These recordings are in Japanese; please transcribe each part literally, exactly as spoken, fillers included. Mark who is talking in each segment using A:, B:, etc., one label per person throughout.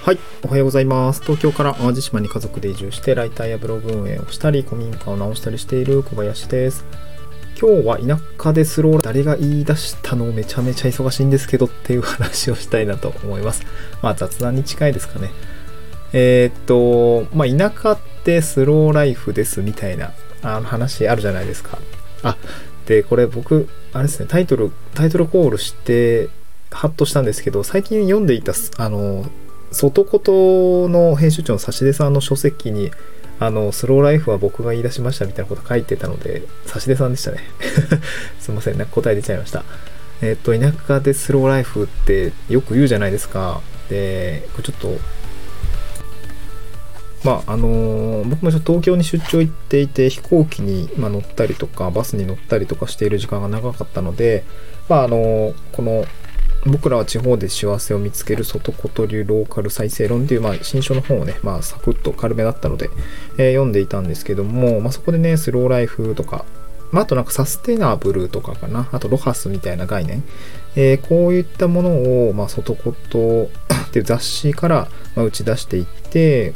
A: はい、おはようございます。東京から淡路島に家族で移住してライターやブログ運営をしたり古民家を直したりしている小林です。今日は田舎でスロー、誰が言い出したのめちゃめちゃ忙しいんですけどっていう話をしたいなと思います。まあ雑談に近いですかね。えー、っと、まあ田舎ってスローライフですみたいなあの話あるじゃないですか。あ、で、これ僕、あれですね、タイトル、タイトルコールしてハッとしたんですけど、最近読んでいた、あの、外ことの編集長の差出さんの書籍にあのスローライフは僕が言い出しましたみたいなこと書いてたので、差出さんでしたねすいません、なんか答え出ちゃいました。えっと田舎でスローライフってよく言うじゃないですか。でこれちょっとまああのー、僕もちょっと東京に出張行っていて、飛行機に、まあ、乗ったりとかバスに乗ったりとかしている時間が長かったので、まああのー、この僕らは地方で幸せを見つける外こと流ローカル再生論っていう、まあ、新書の本をね、まあ、サクッと軽めだったので、えー、読んでいたんですけども、まあ、そこでね、スローライフとか、まあ、あとなんかサステナブルとかかな、あとロハスみたいな概念、えー、こういったものを、まあ、外ことっていう雑誌から、まあ、打ち出していって、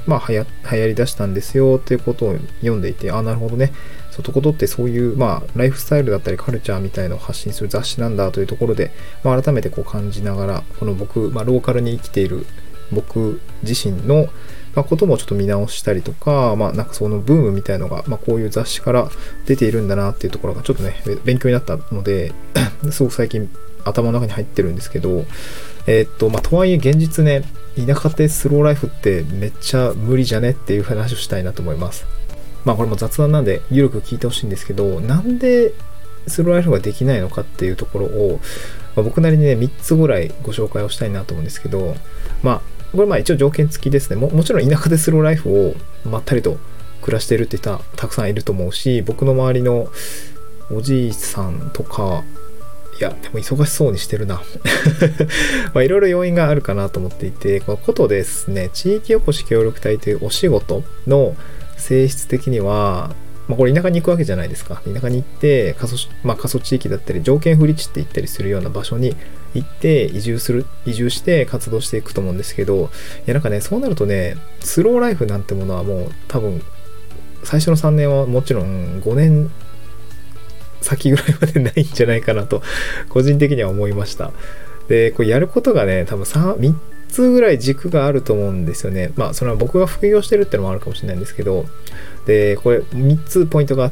A: まあ、はや流行り出したんですよっていうことを読んでいて、あ、なるほどね。外ことってそういう、まあ、ライフスタイルだったりカルチャーみたいのを発信する雑誌なんだというところで、まあ、改めてこう感じながら、この僕、まあ、ローカルに生きている僕自身の、まあ、こともちょっと見直したりとか、まあ、なんかそのブームみたいのが、まあ、こういう雑誌から出ているんだなっていうところがちょっとね、勉強になったので、すごく最近頭の中に入ってるんですけど、えー、っと、まあ、とはいえ現実ね、田舎でスローライフってめっちゃ無理じゃねっていう話をしたいなと思います。まあこれも雑談なんで緩く聞いてほしいんですけど、なんでスローライフができないのかっていうところを、まあ、僕なりにねみっつぐらいご紹介をしたいなと思うんですけど、まあこれまあ一応条件付きですね。 も, もちろん田舎でスローライフをまったりと暮らしているって人はたくさんいると思うし、僕の周りのおじいさんとか、いやでも忙しそうにしてるなまあいろいろ要因があるかなと思っていて、このことですね、地域おこし協力隊というお仕事の性質的には、まあ、これ田舎に行くわけじゃないですか。田舎に行って過疎、まあ、過疎地域だったり条件不利地って言ったりするような場所に行って移住する移住して活動していくと思うんですけど、いやなんかね、そうなるとね、スローライフなんてものはもう多分最初のさんねんはもちろんごねん先ぐらいまでないんじゃないかなと個人的には思いました。でこれやることがね、多分みっつぐらい軸があると思うんですよね。まあそれは僕が副業してるってのもあるかもしれないんですけど、でこれみっつポイントがあって、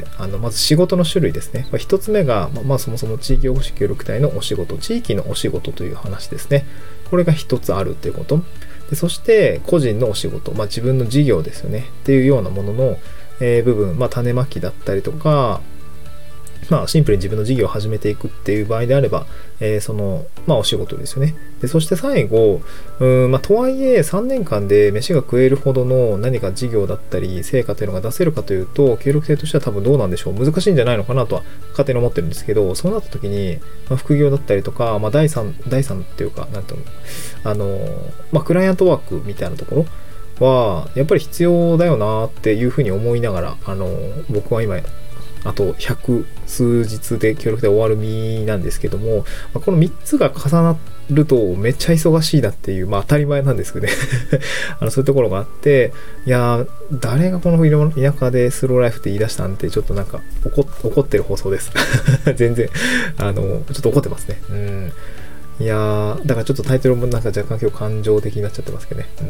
A: あのまず仕事の種類ですね。ひとつめが、まあ、まあそもそも地域おこし協力隊のお仕事、地域のお仕事という話ですね。これがひとつあるっていうこと。でそして個人のお仕事、まあ、自分の事業ですよねっていうようなものの、えー、部分、まあ、種まきだったりとか、まあ、シンプルに自分の事業を始めていくっていう場合であれば、えー、その、まあ、お仕事ですよね。で、そして最後、うーん、まあ、とはいえさんねんかんで飯が食えるほどの何か事業だったり、成果というのが出せるかというと、協力性としては多分どうなんでしょう。難しいんじゃないのかなとは勝手に思ってるんですけど、そうなった時に、まあ、副業だったりとか、まあ、第三、第三っていうか、なんていうの、あの、まあ、クライアントワークみたいなところは、やっぱり必要だよなっていうふうに思いながら、あの、僕は今、あとひゃく数日で協力で終わる身なんですけども、このみっつが重なるとめっちゃ忙しいなっていう、まあ当たり前なんですけどねあのそういうところがあって、いや誰がこの田舎でスローライフって言い出したんて、ちょっとなんか怒怒ってる放送です全然あのちょっと怒ってますね。うん、いやー、だからちょっとタイトルもなんか若干今日感情的になっちゃってますけどね。うん、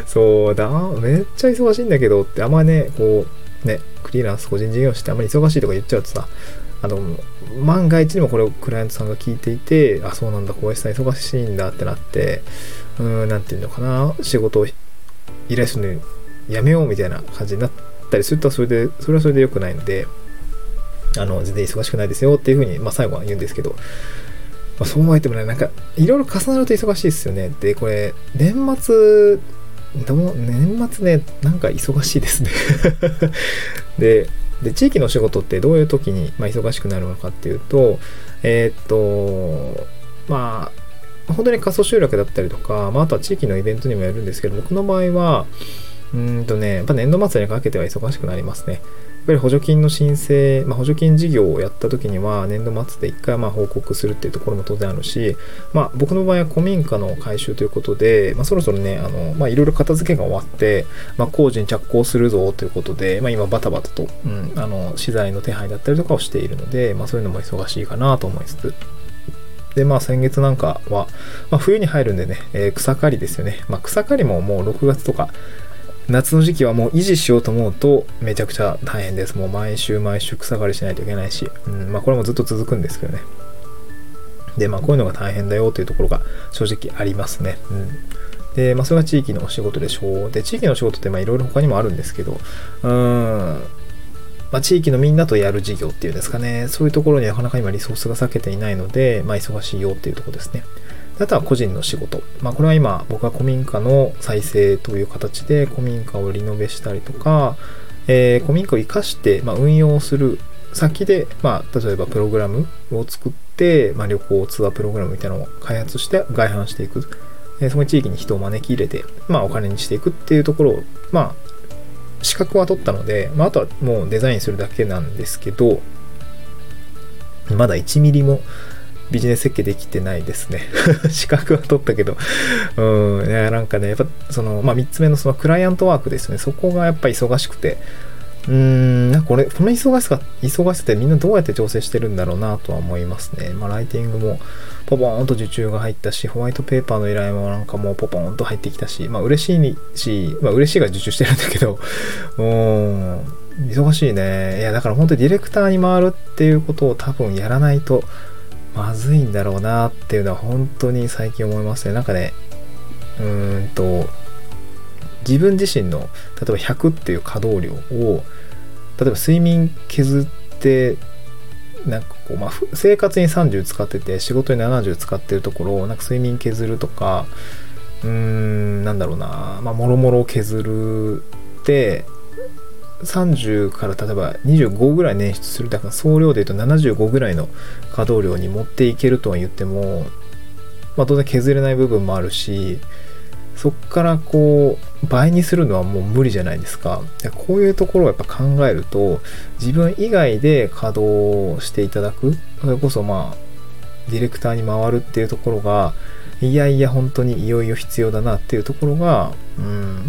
A: そうだ、めっちゃ忙しいんだけどって、あんまね、こう、ね、フリーランス個人事業主ってあんまり忙しいとか言っちゃうとさ、あの万が一にもこれをクライアントさんが聞いていて、あ、そうなんだ、小林さん忙しいんだってなって、うーん、なんていうのかな、仕事を依頼するのにやめようみたいな感じになったりすると、それでそれはそれで良くないので、あの全然忙しくないですよっていうふうに、まあ、最後は言うんですけど、まあ、そう思えてもね、なんかいろいろ重なると忙しいですよね。でこれ年末でも年末ね、なんか忙しいですねで, で地域の仕事ってどういう時に、まあ、忙しくなるのかっていうと、えー、っとまあ本当に過疎集落だったりとか、まあ、あとは地域のイベントにもやるんですけど、僕の場合はうーんとね、やっぱ年度末にかけては忙しくなりますね。やっぱり補助金の申請、まあ、補助金事業をやった時には年度末で一回まあ報告するっていうところも当然あるし、まあ、僕の場合は古民家の改修ということで、まあ、そろそろね、あの、まあ、いろいろ片付けが終わって、まあ、工事に着工するぞということで、まあ、今バタバタと、うん、あの、資材の手配だったりとかをしているので、まあ、そういうのも忙しいかなと思いつつ、で、まあ先月なんかは、まあ、冬に入るんでね、えー、草刈りですよね。まあ、草刈りももうろくがつとか、夏の時期はもう維持しようと思うとめちゃくちゃ大変です。もう毎週毎週草刈りしないといけないし、うん、まあこれもずっと続くんですけどね。で、まあこういうのが大変だよというところが正直ありますね。うん。で、まあそれが地域のお仕事でしょう。で、地域のお仕事ってまあいろいろ他にもあるんですけど、うーん、まあ地域のみんなとやる事業っていうんですかね。そういうところになかなか今リソースが割けていないので、まあ忙しいよっていうところですね。あとは個人の仕事。まあこれは今僕は古民家の再生という形で古民家をリノベしたりとか、えー、古民家を生かして、まあ、運用する先で、まあ例えばプログラムを作って、まあ、旅行ツアープログラムみたいなのを開発して外販していく。えー、その地域に人を招き入れて、まあお金にしていくっていうところを、まあ資格は取ったので、まああとはもうデザインするだけなんですけど、まだいちミリもビジネス設計できてないですね。資格は取ったけど、うん、いやなんかね、やっぱその、まあみっつめのそのクライアントワークですね。そこがやっぱ忙しくて、うーん、なんかこれ、この忙しさ、忙しさってみんなどうやって調整してるんだろうなとは思いますね。まあライティングもポポーンと受注が入ったし、ホワイトペーパーの依頼もなんかもうポポーンと入ってきたし、まあ嬉しいし、まあ嬉しいが受注してるんだけど、うーん、忙しいね。いやだから本当にディレクターに回るっていうことを多分やらないと、まずいんだろうなっていうのは本当に最近思いますね。なんかね、うーんと、自分自身の、例えばひゃくっていう稼働量を、例えば睡眠削って、なんかこう、まあ、生活にさんじゅう使ってて、仕事にななじゅう使ってるところを、なんか睡眠削るとか、うーん、なんだろうな、まあ、もろもろ削るって、さんじゅうから例えばにじゅうごぐらい捻出する。だから総量で言うとななじゅうごぐらいの稼働量に持っていけるとは言っても、まあ当然削れない部分もあるし、そっからこう倍にするのはもう無理じゃないですか。こういうところをやっぱ考えると、自分以外で稼働していただく、それこそまあディレクターに回るっていうところが、いやいや本当にいよいよ必要だなっていうところが、うん、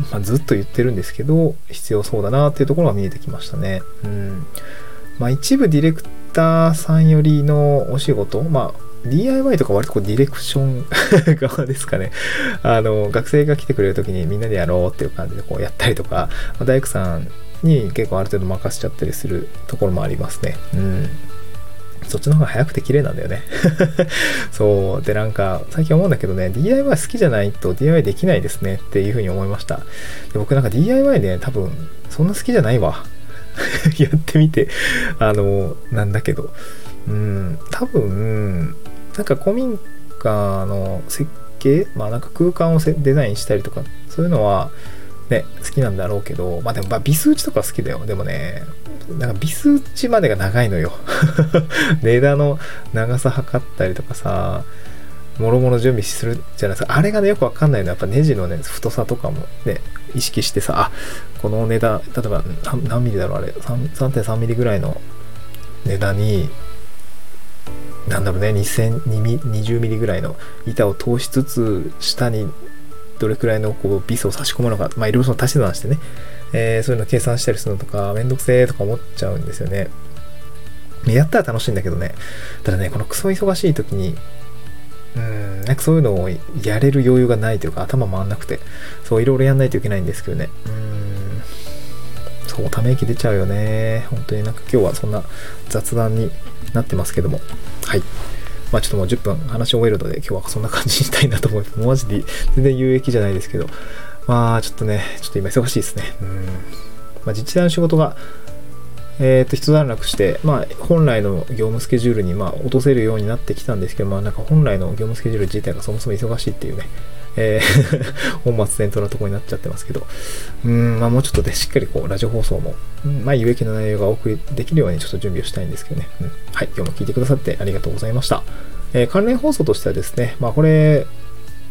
A: まあ、ずっと言ってるんですけど、必要そうだなっていうところが見えてきましたね。うん、まあ一部ディレクターさんよりのお仕事、まあ ディーアイワイ とか割とこうディレクション側ですかね。あの学生が来てくれるときにみんなでやろうっていう感じでこうやったりとか、まあ、大工さんに結構ある程度任せちゃったりするところもありますね。うん。そっちの方が早くて綺麗なんだよね。そう。で、なんか、最近思うんだけどね、ディーアイワイ 好きじゃないと ディーアイワイ できないですねっていうふうに思いました。で僕なんか ディーアイワイ ね、多分、そんな好きじゃないわ。やってみて、あの、なんだけど。うん、多分、なんか古民家の設計、まあなんか空間をデザインしたりとか、そういうのは、ね、好きなんだろうけど、まあでも、まあ、ビス打ちとか好きだよ。でもね、なんかビス打ちまでが長いのよ。枝の長さ測ったりとかさ、もろもろ準備するじゃないですか。あれがね、よくわかんないのは、やっぱネジのね、太さとかもね、意識してさ、あ、この値段、例えば何ミリだろう、あれ、さんてんさんミリぐらいの値段に、なんだろうね、にせんにじゅうミリぐらいの板を通しつつ、下にどれくらいのこうビスを差し込むのか、まあいろいろその足し算してね、えー、そういうの計算したりするのとか、めんどくせえとか思っちゃうんですよね。やったら楽しいんだけどね。ただね、このクソ忙しい時に、うーん、なんかそういうのをやれる余裕がないというか、頭回んなくて、そういろいろやんないといけないんですけどね。うーん、そう、ため息出ちゃうよね。本当になんか今日はそんな雑談になってますけども。はい。まあちょっともうじゅっぷん話し終えるので、今日はそんな感じにしたいなと思います。もうマジで全然有益じゃないですけど、まあちょっとね、ちょっと今忙しいですね。うん。まあ自治体の仕事が、えっと、一段落して、まあ本来の業務スケジュールにまあ落とせるようになってきたんですけど、まあなんか本来の業務スケジュール自体がそもそも忙しいっていうね、えー、本末転倒なところになっちゃってますけど、うん、まあもうちょっとでしっかりこうラジオ放送も、うん、まあ有益な内容がお送りできるようにちょっと準備をしたいんですけどね。うん、はい、今日も聞いてくださってありがとうございました。えー、関連放送としてはですね、まあこれ、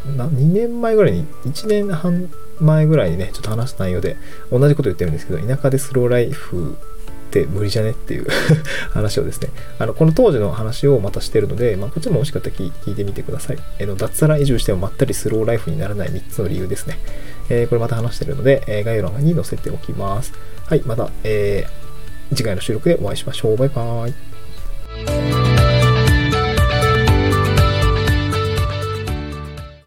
A: なにねんまえぐらいに、いちねんはん前ぐらいにね、ちょっと話した内容で同じこと言ってるんですけど、田舎でスローライフって無理じゃねっていう話をですね、あの、この当時の話をまたしてるので、まあ、こっちももしかしたら聞いてみてください。えの、脱サラ移住してもまったりスローライフにならないみっつの理由ですね。えー、これまた話してるので、えー、概要欄に載せておきます。はい、また、えー、次回の収録でお会いしましょう。バイバーイ。